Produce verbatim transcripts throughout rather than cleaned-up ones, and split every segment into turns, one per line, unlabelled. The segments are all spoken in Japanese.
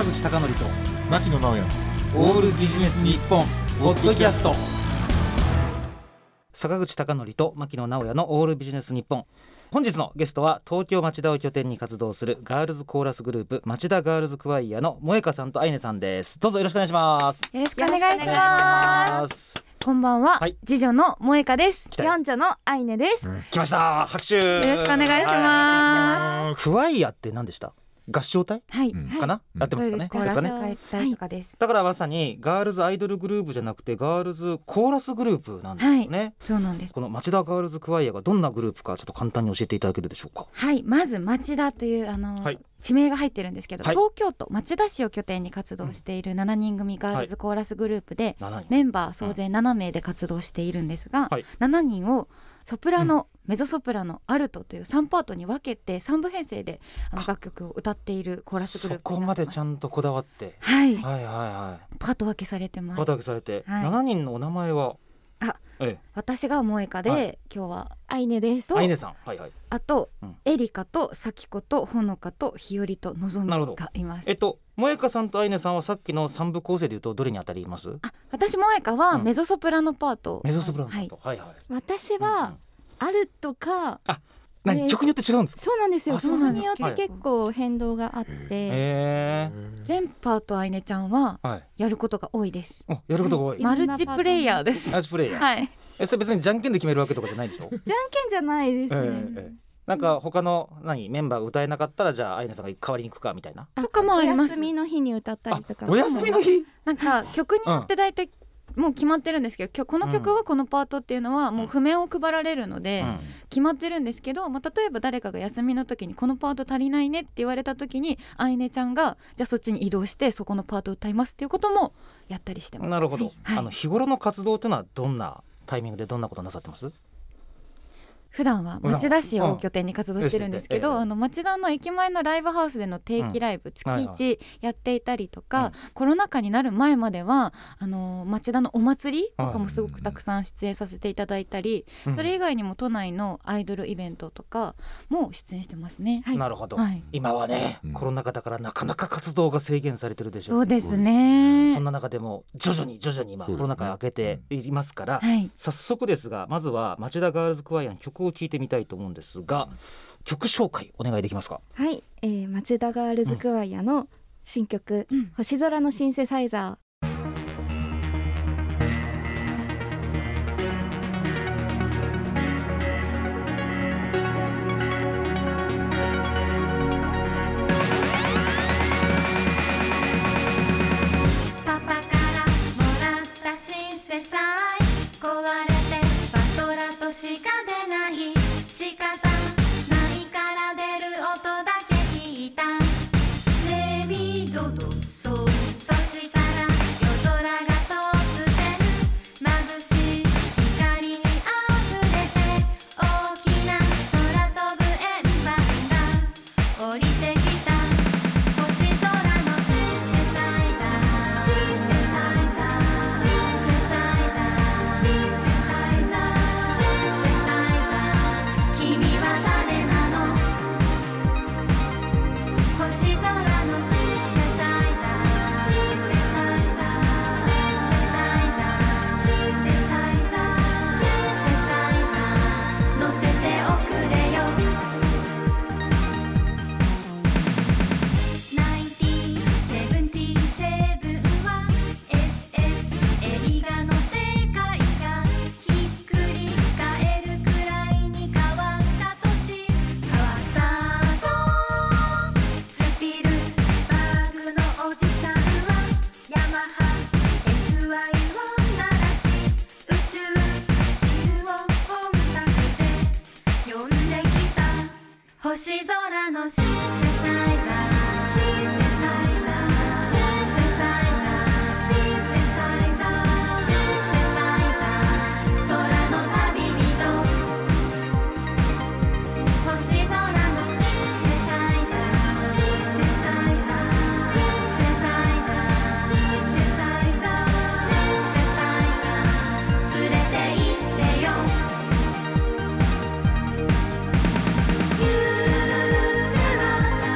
坂口孝則と
牧野直哉
オールビジネス日本ポッドキャスト。坂口孝則と牧野直哉のオールビジネス日本。本日のゲストは東京町田を拠点に活動するガールズコーラスグループ町田ガールズクワイアの萌香さんと愛音さんです。どうぞよろしくお願いします。
よろしくお願いします。こんばんは、はい、次女の萌香です。四女の愛音です、うん、
来ました。拍手
よろしくお願いします。
クワイアって何でした？合唱隊、はい、かな、うん、やってますかね。
コーラス隊とかです。
だからまさにガールズアイドルグループじゃなくてガールズコーラスグループなんですよね、はい、
そうなんです。
この町田ガールズクワイアがどんなグループかちょっと簡単に教えていただけるでしょうか。
はい、まず町田というあの、はい、地名が入ってるんですけど、はい、東京都町田市を拠点に活動しているしちにん組ガールズコーラスグループで、はい、メンバー総勢ななめいで活動しているんですが、はい、しちにんをソプラノ、うん、メゾソプラノ、アルトというさんパートに分けてさんぶ編成であの楽曲を歌っているコーラスグループになってます。
そこまでちゃんとこだわって、
はい、
はいはいはい、
パート分けされてます。
パート分けされて、はい、しちにんのお名前は
あ、ええ、私が萌香で、はい、今日は愛音ですと
愛音さん、はいはい、
あと、うん、エリカと咲子とほのかとひよりとのぞみがいます。
えっと萌香さんと愛音さんはさっきのさん部構成でいうとどれに当たります？
あ、私萌香はメゾソプラノパート、
うん、メゾソプラノパート、はいはいはい、
私は、うんうん、アルトか、
あ、何、曲によって違うんですか？
そうなんですよ。曲によって結構変動があって、
へ
ー、レンパーと愛音ちゃんはやることが多いです、
はい、やることが多い、
マルチプレイヤーです。
マルチプレイヤー、
はい、
え、それ別にじゃんけんで決めるわけとかじゃないでしょ？
じゃんけんじゃないですね、えーえー、
なんか他の何メンバーが歌えなかったらじゃあ愛音さんが代わりに行くかみたいな
とかもあります。
お休みの日に歌ったりとか。
お休みの日
なんか曲によって大体もう決まってるんですけど、この曲はこのパートっていうのはもう譜面を配られるので決まってるんですけど、まあ、例えば誰かが休みの時にこのパート足りないねって言われた時に愛音ちゃんがじゃあそっちに移動してそこのパートを歌いますっていうこともやったりしてます。
なるほど、
はい、
あの日頃の活動というのはどんなタイミングでどんなことなさってます？
普段は町田市を拠点に活動してるんですけど、うん、あの町田の駅前のライブハウスでの定期ライブ、うん、月いちやっていたりとか、はいはい、コロナ禍になる前まではあの町田のお祭りとかもすごくたくさん出演させていただいたり、はい、それ以外にも都内のアイドルイベントとかも出演してますね、はい、
なるほど、
はい、
今はね、うん、コロナ禍だからなかなか活動が制限されてるでしょう。
そうですね。
そんな中でも徐々に徐々に今、ね、コロナ禍明けていますから、
はい、
早速ですがまずは町田ガールズクワイアの曲を聴いてみたいと思うんですが、曲紹介お願いできますか？
はい、えー、町田ガールズクワイアの新曲、うん、星空のシンセサイザー。
星空のシンセサイザー、シンセサイザー、シンセサイザー、シンセサイザー、シンセサイザー、空の旅人。星空のシンセサイザー、シンセサイザー、シンセサイザー、シンセサイザー、シンセサイザー、連れて行ってよ。シ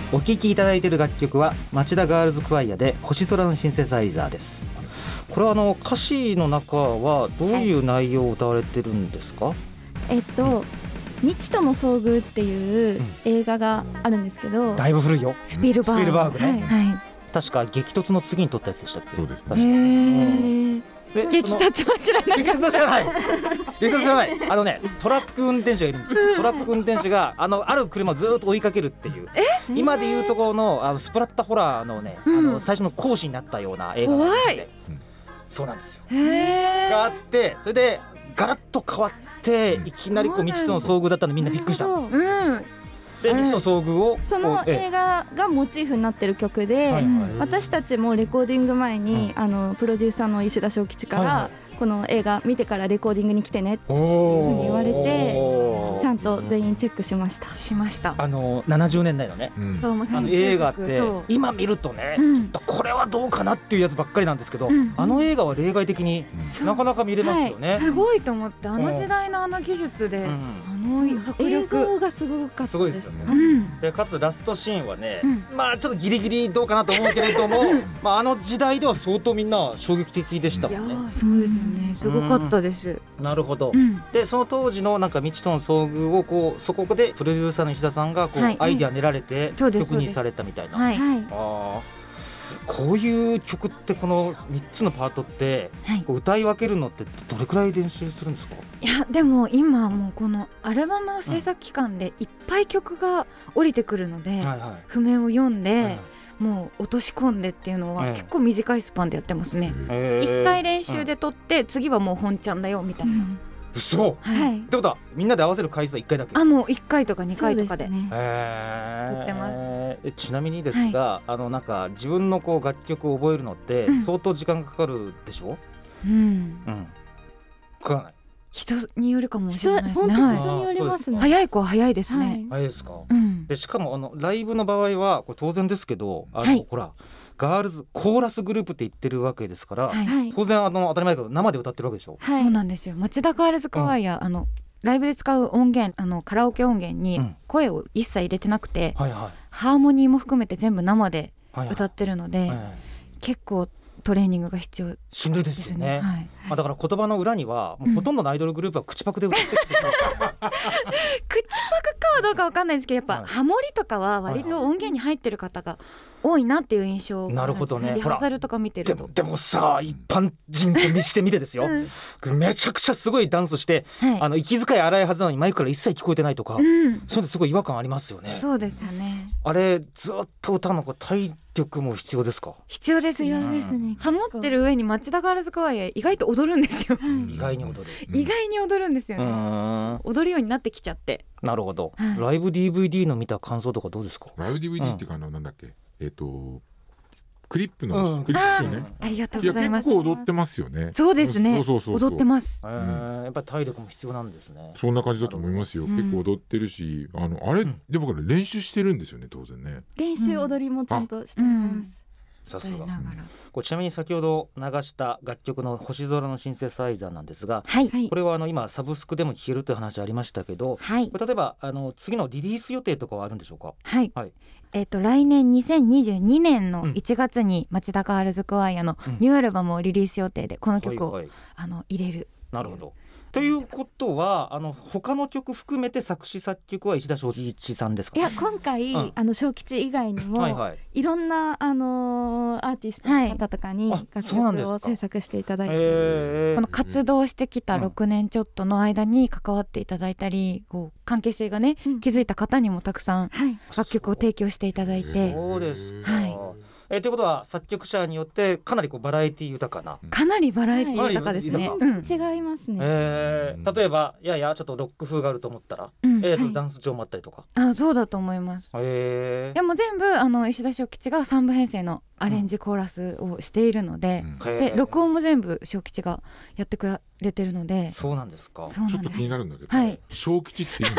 お聴きいただいている楽曲は町田ガールズクワイアで星空のシンセサイザーです。これはあの歌詞の中はどういう内容を歌われてるんですか？
えっと未知との遭遇っていう映画があるんですけど、
だいぶ古いよ。
スピルバーグ
スピルバーグね、
はいはい
確か激突の次に撮ったやつでしたっけ？
そうです
確か
へ
に
ー
で
激
その
突は知らな
激
かっ
突は知らない激突は知らないあのねトラック運転手がいるんですよ。トラック運転手があのある車をずっと追いかけるっていう今でいうところのあのスプラッタホラーのね、あの最初の講師になったような映画がありましてそうなんですよ
た。へ
があってそれでガラッと変わっていきなりこう未知との遭遇だったんでみんなびっくりした
なるほど
ーうん
で未知の遭遇を
その
こうえ
映画がモチーフになってる曲で、
はいはい
私たちもレコーディング前に、あのプロデューサーの石田正吉から、
はいは
この映画見てからレコーディングに来てねって
お
いうふうに言われて
おー
ちゃんと全員チェックしました。
しました。
あのななじゅうねんだいのね
うん
そうもう
あの映画って
そう
今見るとね、
うん
ちょっとこれはどうかなっていうやつばっかりなんですけど、
うん
あの映画は例外的に
うん
なかなか見れますよね、
すごいと思ってあの時代のあの技術で、
うん
あの迫
映
力
像がすごかったです。
すごいですよね
うん
でかつラストシーンはね、
うん
まあちょっとギリギリどうかなと思うけれどもまああの時代では相当みんな衝撃的でした
いや
もんね。
ーそうですよねすごかったです。
なるほど、
うん
でその当時のなんか未知との遭遇をこうそこでプロデューサーの石田さんがこう、
はい
アイデア練られて
そうです
曲にされたみたいな、
はい
はい。
あーこういう曲ってこのみっつのパートって
はい
こう歌い分けるのってどれくらい練習するんですか？
いやでも今もうこのアルバムの制作期間でいっぱい曲が降りてくるので、
はいはい
譜面を読んで、
うん
もう落とし込んでっていうのは
ええ
結構短いスパンでやってますね。
へー
一回練習で撮って、次はもう本ちゃんだよみたいな、
嘘
はい
はい
ってことはみんなで合わせる回数はいっかいだけ？
あもういっかいとかにかいとかで
そうすね
へー
撮ってます
えちなみにですが、あのなんか自分のこう楽曲を覚えるのって
うん
相当時間かかるでしょ？
うん
うん。かからない。
人によるかもし
人
れないですね、
本当に
は
人によりますね。
い、早い子は早いですね、
はい
あれですか。
うん
でしかもあのライブの場合はこれ当然ですけど、あの、
はい
ほらガールズコーラスグループって言ってるわけですから、
はい
はい。
当然あの当たり前だけど生で歌ってるわけでしょ？
はい。
そうなんですよ。町田ガールズクワイア、あのライブで使う音源あのカラオケ音源に
うん
声を一切入れてなくて、
はいはい
ハーモニーも含めて全部生で
はいはい。
歌ってるので、
ええ
結構トレーニングが必要で
しんどいです
す
よね。
ね。はい、
まあだから言葉の裏にはもうほとんどのアイドルグループは口パクで歌ってるっていう
口パクかはどうかわかんないですけどやっぱ、
はい
ハモリとかは割と音源に入ってる方が多いなっていう印象が
なるほどね
リハーサルとか見てると
でもでもさ一般人と見してみてですよ、めちゃくちゃすごいダンスして、
はい
あの息遣い荒いはずなのにマイクから一切聞こえてないとか、
うん、
そういうのすごい違和感ありますよね。
そうですよね。
あれずっと歌うのが体力も必要ですか？
必要ですよ
必要ですね。
ハモってる上に町田ガールズクワイア意外と踊るんですよ、
はい。
意外に踊る。
うん
意外に踊るんですよ
う
ね、
ーん
踊るようになってきちゃって
なるほど、
はい
ライブ ディーブイディー の見た感想とかどうですか？
ライブ ディーブイディー っていうかあのなんだっけえっとクリップ
うん
のクリップよね。
ありがとう
いや
ございます。
結構踊ってますよね。
そうですね
そうそうそうそう
踊ってます。
えーやっぱり体力も必要なんですね。
そんな感じだと思いますよ。
うん
結構踊ってるし、あのあれ、
うん
で僕ら練習してるんですよね当然ね。
練習踊りもちゃんとしてます。
さすが
踊りながら
これちなみに先ほど流した楽曲の星空のシンセサイザーなんですが、
はい
はい
これはあの今サブスクでも聴けるという話ありましたけど、
はい
これ例えばあの次のリリース予定とかはあるんでしょうか？
はい、
はい
えっ、と来年にせんにじゅうにねんの
うん
いちがつに町田ガールズクワイアの
うん
ニューアルバムをリリース予定でこの曲を、
はいはい
あの入れる。
なるほど。ということはあの他の曲含めて作詞作曲は石田正一さんですか？
いや今回、
うん
あの小吉以外にも、
はいはい。
いろんなあのーアーティストの方とかに
はいあ
楽
そうなんですか
曲を制作していただいて、
えー
この活動してきたろくねんちょっとの間に関わっていただいたり、こう関係性がね
うん
築いた方にもたくさん
はい、
楽曲を提供していただいて、
そうですか。
はい
えーということは作曲者によってかなりこうバラエティ豊かな、
かなりバラエティ豊かですね。
はい
うん
違いますね。
えー例えばいやいやちょっとロック風があると思ったら、
うん
えーと
はい
ダンス調もあったりとか、
あ、そうだと思います。
えー
でも全部あの石田正吉が三部編成のアレンジコーラスをしているので、
うん
へー
で録音も全部正吉がやってくれてるので、
そうなんですか。
そうなんです
ちょっと気になるんだけど、
はい
小吉って言う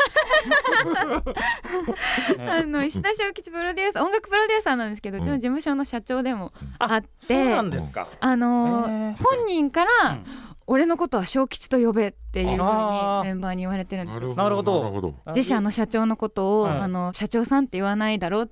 あの石田正吉プロデューサー音楽プロデューサーなんですけど、うちの事務所の社長でもあって、
そうなんですか。
あのー
へー
本人から、
うん
俺のことは小吉と呼べっていうふうに
あー
メンバーに言われてるんですよ。
なるほど
なるほど。
自社の社長のことを、
はい
あの社長さんって言わないだろうって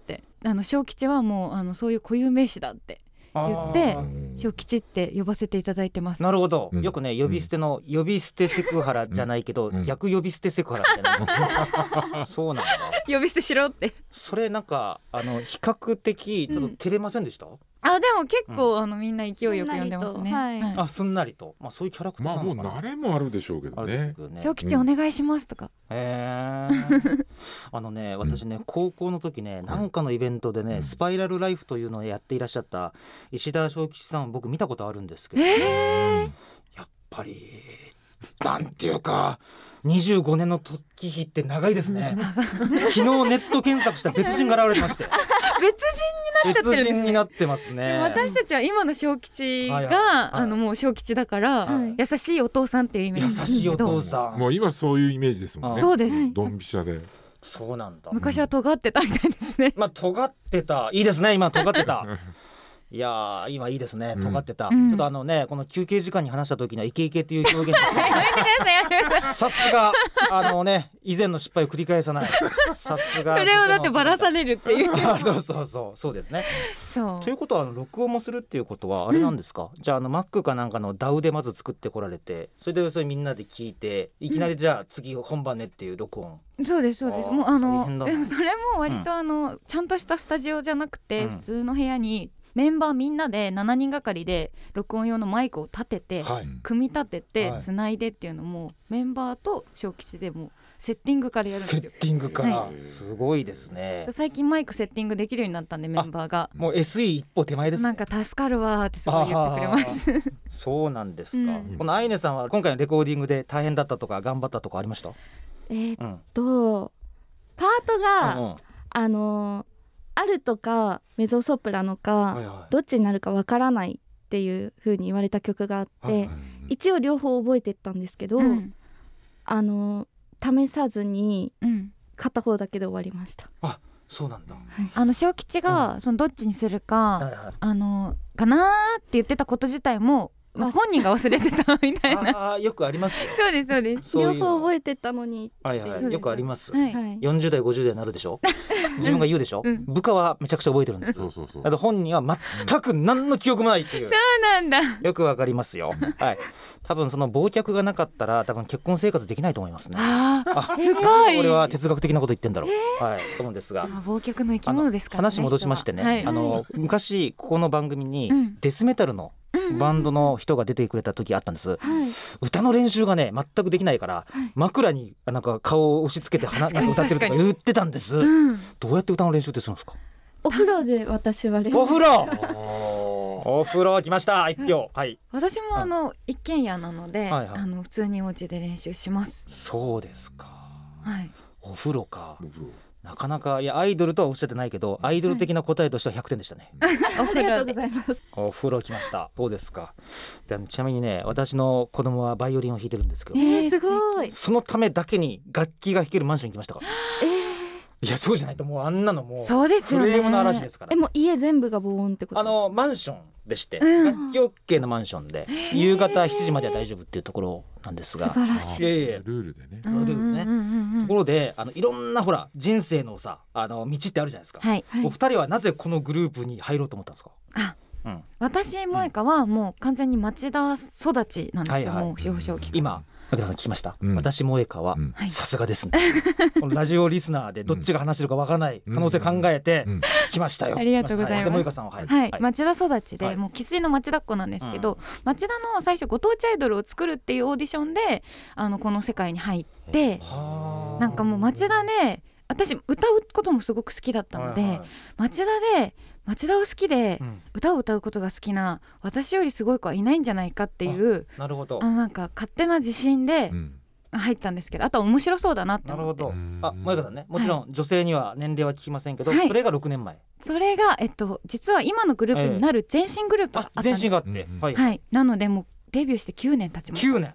あの小吉はもうあのそういう固有名詞だって言って
あー
小吉って呼ばせていただいてます。
なるほど、
うん
よくね呼び捨ての、呼び捨てセクハラじゃないけど、
うん
逆呼び捨てセクハラみたいなそうなんだ。
呼び捨てしろって
それなんかあの比較的ちょっと照れませんでした、
あでも結構、あのみんな勢いよく呼んでますね。
すんなりとはい
はい
あすんなりと、まあ、そういうキャラクター
まあもう
なのかな、
慣れもあるでしょうけど
あるでしょう
ね
けどね
小吉お願いしますとか、
へーあのね私ね高校の時ねなんかのイベントでね、
うん
スパイラルライフというのをやっていらっしゃった石田正吉さん僕見たことあるんですけど、
え
やっぱりなんていうかにじゅうごねんの時日って長いですね昨日ネット検索したら別人が現れてまして
別人になっちゃってるん
別
ですね。
人になってます
で
ね
も私たちは今の小吉が、
はいはいはい
あのもう小吉だから、
はい
優しいお父さんっていうイメー
優
ジなんですけど
しいお父さん
もう今そういうイメージですもんね。
そうです、
ドンピシャで。
そうなんだ
昔は尖ってたみたいですね。
まあ尖ってたいいですね今尖ってたいやー今いいですね
うん
尖ってた、
うん
ちょっとあのねこの休憩時間に話した時にはイケイケっていう表現で
やめてくださいやめてください。
さすがあのね以前の失敗を繰り返さないさすが
それをだってバラされるっていう
あそうそうそうそうですね
そう
ということはあの録音もするっていうことはあれなんですか、じゃああの Mac かなんかの ダウ でまず作ってこられてそれでそれみんなで聞いていきなりじゃあ次本番ねっていう録音、
そうですそうです
あー
もうあの
大変だな
でもそれも割とあの、ちゃんとしたスタジオじゃなくて、
うん
普通の部屋にメンバーみんなでしちにんがかりで録音用のマイクを立てて、
はい
組み立てて
はい
つないでっていうのもメンバーと小吉でもセッティングからやるんですよ。
セッティングから、
はい
すごいですね
最近マイクセッティングできるようになったんでメンバーが
もう エスイー 一歩手前ですね
なんか助かるわーってすごい言ってくれます。
そうなんですか、
うん
このアイネさんは今回のレコーディングで大変だったとか頑張ったとかありました？
えーっ
うん
とパートが、
うんうん
あのーアルトかメゾソプラノか、
はいはい
どっちになるかわからないっていう風に言われた曲があって、
はいはい
一応両方覚えてったんですけど、
うん
あのー試さずに
うん
片方だけで終わりました。
そうなんだ、
あの小吉がそのどっちにするか、
はいはい
あのかなーって言ってたこと自体も、まあ、本人が忘れてたみたいな。
あーよくありますよ
そうですそうです。
そういうの
両方覚えてたのに、
はい
そうです
はいよくあります、
はい
はい、
よんじゅう代ごじゅう代になるでしょ自分が言うでしょ、
うん
部下はめちゃくちゃ覚えてるんです
そうそうそう
あと本人は全く何の記憶もないっていう
そうなんだ。
よくわかりますよはい多分その忘却がなかったら多分結婚生活できないと思いますね
あー
あ
深い。
俺は哲学的なこと言ってんだろう、はいと思うんですが
まあ忘却の生き物ですからね。
話戻しましてね、
はい
あの昔ここの番組に
うん
デスメタルのバンドの人が出てくれた時あったんです、
はい、
歌の練習がね全くできないから、枕になんか顔を押し付けて鼻なんか歌ってるとか言ってたんです、
うん。
どうやって歌の練習ってするんですか？
お風呂で私は練習
お風呂
あー
お風呂来ました一票はい
私もあの一軒家なので、
はいはい
あの普通にお家で練習します。
そうですか
はい。
お風呂か
お風呂
なかなかいやアイドルとはおっしゃってないけどアイドル的な答えとしてはひゃくてんでしたね、
お
ありがとうございます。
お風呂来ましたそうですかでちなみにね私の子供はバイオリンを弾いてるんですけど、
えー、すごい。
そのためだけに楽器が弾けるマンションに来ましたから
え
いやそうじゃないともうあんなのもう
そうですよね。
クレームの嵐ですから
ー、えもう家全部が防音ってこと
あ
ですか？
のマンションでして、
うん
楽器 OK のマンションで夕方しちじまでは大丈夫っていうところなんですが
素晴らしい。
いやいやいや
ルールでね
そうルールね
うんうんうんうん
ところであのいろんなほら人生のさあの道ってあるじゃないですか、
はい。
はい
お二人はなぜこのグループに入ろうと思ったんですか？
あ
うん、
私萌香はもう完全に町田育ちなんですよ、
はいはい
もう幼少期から。
今牧田さん聞きました、
うん
私萌香は
うん
はい
さすがですねこのラジオリスナーでどっちが話してるかわからない可能性考えて
うん
聞きましたよ、
ありがとうございます
はで萌香さんははい、
はい、
はい
町田育ちで、
はい
もう生粋の町田っ子なんですけど、
うん
町田の最初ご当地アイドルを作るっていうオーディションであのこの世界に入って、
はあ
なんかもう町田で私歌うこともすごく好きだったので、
はいはい
町田で町田を好きで
うん
歌を歌うことが好きな私よりすごい子はいないんじゃないかっていう
なるほど
あのなんか勝手な自信で
うん
入ったんですけど、あとは面白そうだなって思って、
なるほど
うん
あ萌香さんねもちろん女性には年齢は聞きませんけど、
はい
それがろくねんまえ
それが、えっと、実は今のグループになる前身グループがあ
あ
ったんです、
前身があって、
うん
はい、
はい、なのでもうデビューしてきゅうねん経ちました。
きゅうねん
はい、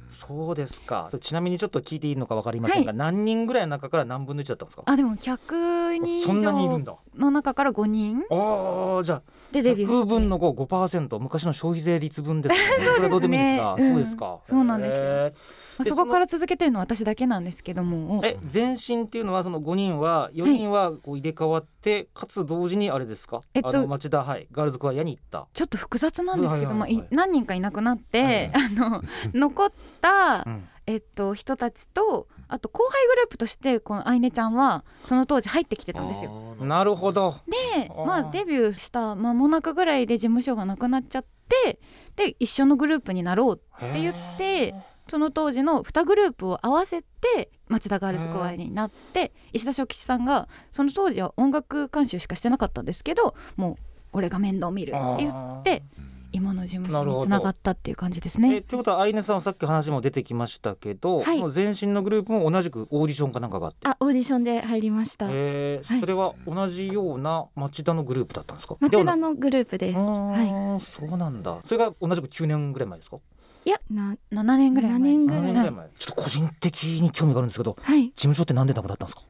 そうですか。ちなみにちょっと聞いていいのか分かりませんが、はい、何人ぐらいの中から何分のいちだったんですか？
あでもひゃくにん以
そんなにいるんだ。
上の中からごにん
あじゃあ
でデビューして
ひゃくぶんの ご、ごパーセント 昔の消費税率分ですねそれはどうでもいいですが、そうですか、
うん、そうなんですよ。まあ、そこから続けてるのは私だけなんですけども、
え前身っていうのはそのごにんはよにんはこう入れ替わって、はい、かつ同時にあれですか、えっと、あの町田、はい、ガールズコア屋に行った。
ちょっと複雑なんですけど、
はいはいはい、
まあ、何人かいなくなって、はいはい、あの残った、うんえっと、人たちとあと後輩グループとしてこのアイネちゃんはその当時入ってきてたんですよ。
なるほど。
で、まあ、デビューした間もなくぐらいで事務所がなくなっちゃってで一緒のグループになろうって言ってその当時のにグループを合わせて町田ガールズコアになって石田正吉さんがその当時は音楽監修しかしてなかったんですけどもう俺が面倒見るって言って今の事務所につながったっていう感じですね。
えということはアイネさんはさっき話も出てきましたけど、はい、もう前身のグループも同じくオーディションかなんかがあって。
あオーディションで入りました、
えーはい、それは同じような町田のグループだったんですか？
町田のグループです。
はい、そうなんだ。それが同じくきゅうねんぐらい前ですか？
いやな
ななねんぐらい前。
ななねんぐらい前。
ななねんぐらい前。ちょっと個人的に興味があるんですけど、はい、事務所ってなんでなくなったんですか？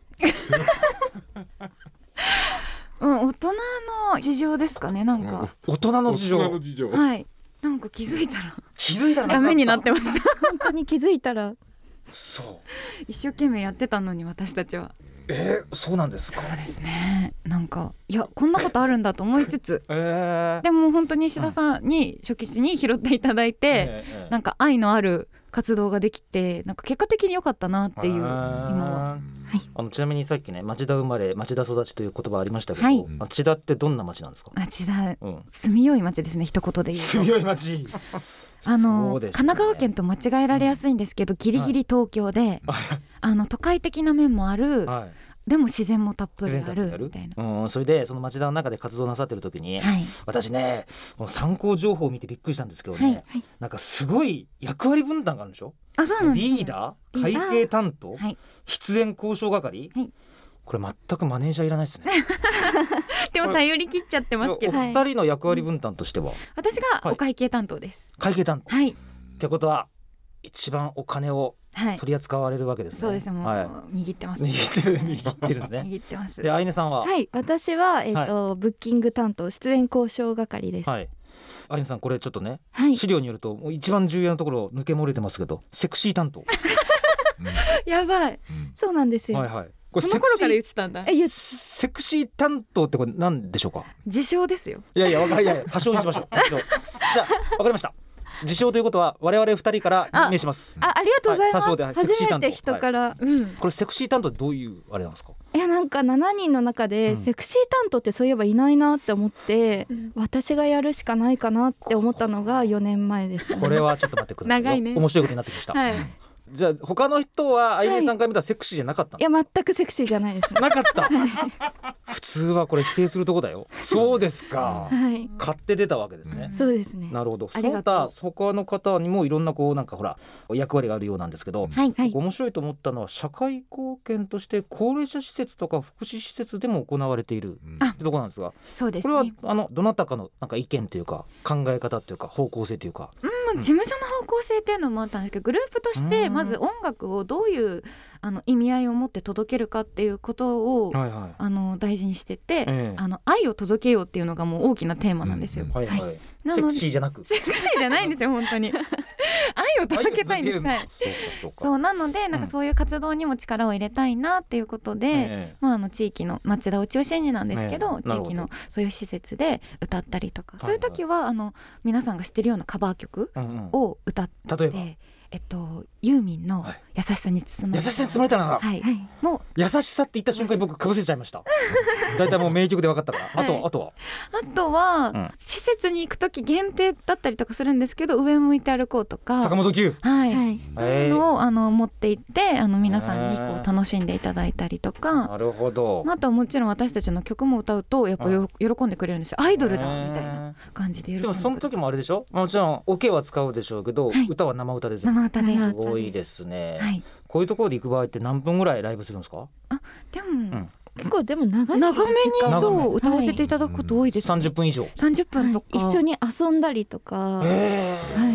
うん、大人の事情ですかね。なんか
大人の事情。
大人の事情。
はい。なんか気づいたら
気づいたら
ダメになってました
本当に気づいたら
そう
一生懸命やってたのに私たちは。
えー、そうなんですか？
そうですね。なんかいやこんなことあるんだと思いつつ、
えー、
でも本当に石田さんに初期に拾っていただいて、えー、なんか愛のある活動ができてなんか結果的に良かったなっていう、えー、今は、はい、
あのちなみにさっきね町田生まれ町田育ちという言葉ありましたけど、
はい、
町田ってどんな町なんですか？
町田、うん、住みよい町ですね一言で言うと。
住みよい町
あの、ね、神奈川県と間違えられやすいんですけど、うん、ギリギリ東京で、はい、あの都会的な面もある、はい、でも自然もたっぷりあるみたいな、
うん、それでその町田の中で活動なさってる時に、はい、私ねこの参考情報を見てびっくりしたんですけどね、はいはい、なんかすごい役割分担があるんでしょ？
あ、そうなんです。
リーダー、会計担当、はい、出演交渉係、はい、これ全くマネージャーいらないですね
でも頼り切っちゃってますけど、
お二人の役割分担としては、
私がお会計担当です、
はい、会計担当、
はい、
ってことは一番お金を取り扱われるわけですね。
そうですもう、はい、握ってます、ね、
握ってる握ってるんですね
握ってます。
でアイネさんは？
はい私は、えーとはい、ブッキング担当出演交渉係です。
はいアイネさんこれちょっとね、はい、資料によると一番重要なところ抜け漏れてますけどセクシー担当
やばい、
うん、そうなんですよ、
はいはい、
これその頃から言ってたんだ。
えセクシー担当ってこれ何でしょうか？
自称ですよ。
いやいやわかいやいや多少にしましょうじゃあわかりました。自称ということは我々ふたりから任命します。
あ、ありがとうございます、
はい、多少で
初めて人から、はい
うん、
これセクシー担当ってどういうあれなんですか？
いやなんかななにんの中でセクシー担当ってそういえばいないなって思って、うん、私がやるしかないかなって思ったのがよねんまえです、ね、
これはちょっと待ってください。長いね。面白いことになってきました、はい、じゃあ他の人はあいねさんから見たらセクシーじゃなかったの？
はい、いや全くセクシーじゃないです、ね、
なかった普通はこれ否定するとこだよそうですか、はい、買って出たわけですね、
うん、そうですね。
なるほど。その他他の方にもいろんなこうなんかほら役割があるようなんですけど、
はいはい、
面白いと思ったのは社会貢献として高齢者施設とか福祉施設でも行われているってところなんですが、
そうですね、
これはあのどなたかのなんか意見というか考え方というか方向性というか、
うん、事務所の方向性っていうのもあったんですけど、グループとしてまず音楽をどういうあの意味合いを持って届けるかっていうことを、はいはい、あの大事にしてて、ええ、あの愛を届けようっていうのがもう大きなテーマなんですよ、うんはいはいはい、
セクシーじゃなく
セクシーじゃないんですよ本当に愛を届けたいんです、はい、
そうかそうか。
そうなのでなんかそういう活動にも力を入れたいなっていうことで、えまあ、あの地域の町田を中心になんですけど、え、地域のそういう施設で歌ったりとか、そういう時は、はいはい、あの皆さんが知ってるようなカバー曲を歌って、うんうん、例えばえっと、ユーミンの優しさに包まれた、
優しさに包まれたなら、
はい、もう
優しさって言った瞬間に僕かぶせちゃいましただいたいもう名曲で分かったから、はい、あとあとは
あとは、うん、施設に行くとき限定だったりとかするんですけど、上向いて歩こうとか
坂本九、
はいはい、そういうのをあの持って行ってあの皆さんにこう楽しんでいただいたりとか、
なるほど。
あとはもちろん私たちの曲も歌うとやっぱり喜んでくれるんですよ。アイドルだみたいな感じで喜んでくれる。
でもその時もあれでしょ、もちろんオケは使うでしょうけど、はい、歌は生歌ですよ。
生歌です
ごいですね、
はい、
こういうところで行く場合って何分ぐらいライブするんですか？
あでも、うん、
結構でも長い
長めにそう歌わせていただくこと多いです、ね、
さんじゅっぷん以上
さんじゅっぷんとか、
はい、一緒に遊んだりとか、
えー
はい、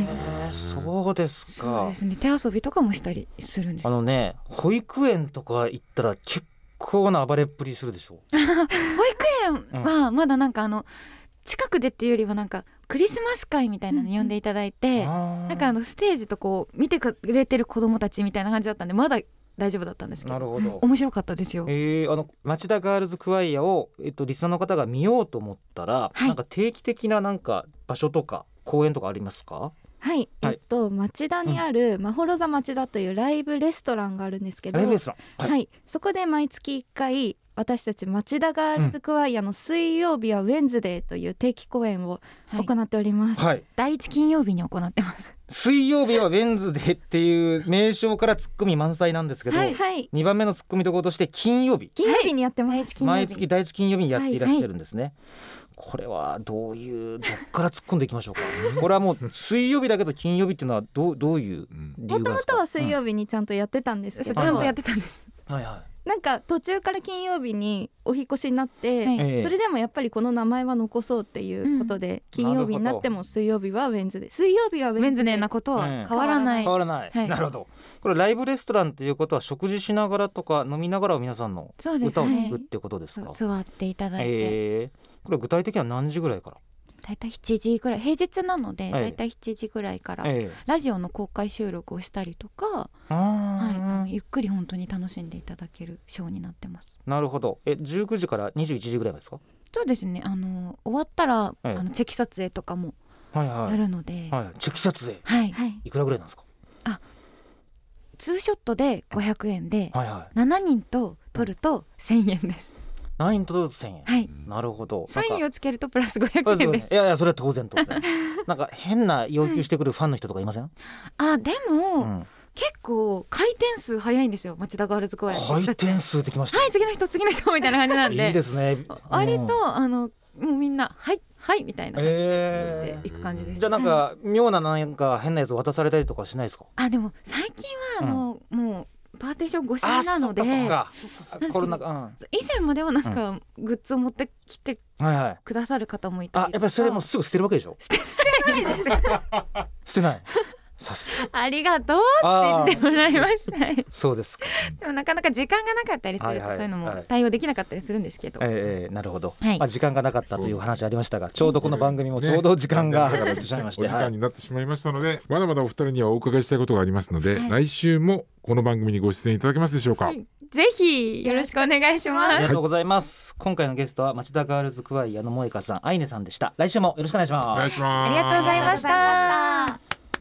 そうです
そう
か。
ですね、手遊びとかもしたりするんです。
あのね保育園とか行ったら結構な暴れっぷりするでしょ。
保育園はまだなんかあの近くでっていうよりはなんかクリスマス会みたいなの呼んでいただいて、
あー
なんかあのステージとこう見てくれてる子供たちみたいな感じだったんでまだ大丈夫だったんですけど、
なるほど。
面白かったですよ。
えー、あの町田ガールズクワイアを、えっと、リスナーの方が見ようと思ったら、
はい
なんか定期的ななんか場所とか公演とかありますか？
はい、
はい
えっと町田にあるまほろ座町田というライブレストランがあるんですけど、
ライブレストラン、
はい、そこで毎月いっかい私たち町田ガールズクワイアの水曜日はウェンズデーという定期公演を
はい
行っております。
はい、
第一金曜日に行ってます。
水曜日はウェンズデーっていう名称からツッコミ満載なんですけど、
はい
はい、
にばんめのツッコミどころとして金曜日、
金曜日にやってます。
第一金曜日
毎月第一金曜日にやっていらっしゃるんですね、これはどういうどっから突っ込んでいきましょうかこれはもう水曜日だけど金曜日っていうのはどうどういう
うん
理由
もとも
があるんですか？
とは水曜日にちゃんとやってたんですけど、
ちゃんとやってたんです。
うんはいは
なんか途中から金曜日にお引越しになって、
はい
い、ええ
それでもやっぱりこの名前は残そうっていうことで、金曜日になっても水曜日はウェンズデー、水曜日はウ
ウェンズデー
ェンズデー
なことは変わらない。
変わらない、
はい
なるほど。これライブレストランっていうことは食事しながらとか飲みながら皆さんの
そうです
歌を
ね
聴くってことですか？
座っていただいて、
えー、これ具体的には何時ぐらいから？
だいたいしちじぐらい、平日なので
え
だいたいしちじぐらいから
え
ラジオの公開収録をしたりとか、
ー、あ
はい、あ
ー
のゆっくり本当に楽しんでいただけるショーになってます。
なるほど。えじゅうくじからにじゅういちじぐらいまでですか？
そうですね、あの終わったら、
ええ
あのチェキ撮影とかも
はいはい
やるので、
はい、チェキ撮影
はい
はい、
いくらぐらいなんですか？
ツーショットでごひゃくえんで、
はいはい
しちにんと撮るとせんえんです。
ナインとせんえん、
はい、
なるほど。
サイン
なんか
をつけるとプラスごひゃく
あそう
えんです。
いやいやそれは当然当然なんか変な要求してくるファンの人とかいません？
あでも、
うん、
結構回転数早いんですよ、町田ガールズクワイア。
回転数ってきました、
はい、次の人次の人みたいな感じなんで
いいですね。
割と、
うん
あのもうみんなはいはいみたいな感じで
え
行く感じです。
ー、じゃあなんか妙ななんか変なやつ渡されたりとかしないですか？
あでも最近はあの、もうパーテーション越しなので、
あそっかそっか
なんですけど
コロナ禍、うん、
以前まではなんか、グッズを持ってきて
はいはい。
くださる方もいたりとか。
あやっぱりそれもうすぐ捨てるわけでしょ？
捨て捨てないです
捨てない。さすが。
ありがとうって
あ
言ってもらいました。
そうですか。
でもなかなか時間がなかったりすると、
はいはい
そういうの
はい
も対応できなかったりするんですけど、
えー、なるほど、
はい
まあ、時間がなかったという話ありましたが、ちょうどこの番組もちょうど時間が来てしまいまして、
お時
はい
間になってしまいましたので、まだまだお二人にはお伺いしたいことがありますので、
はい
来週もこの番組にご出演いただけますでしょうか？
はいぜひよろしくお願いします。
ありがとうございます、今回のゲストは町田ガールズクワイアの萌香さん、愛音さんでした。来週もよろしくお願いし
お
ます。
願いします。
ありがとうございました。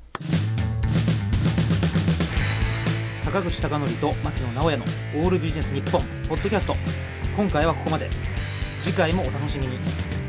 坂口孝則と牧野直哉のオールビジネス日本ポッドキャスト、今回はここまで。次回もお楽しみに。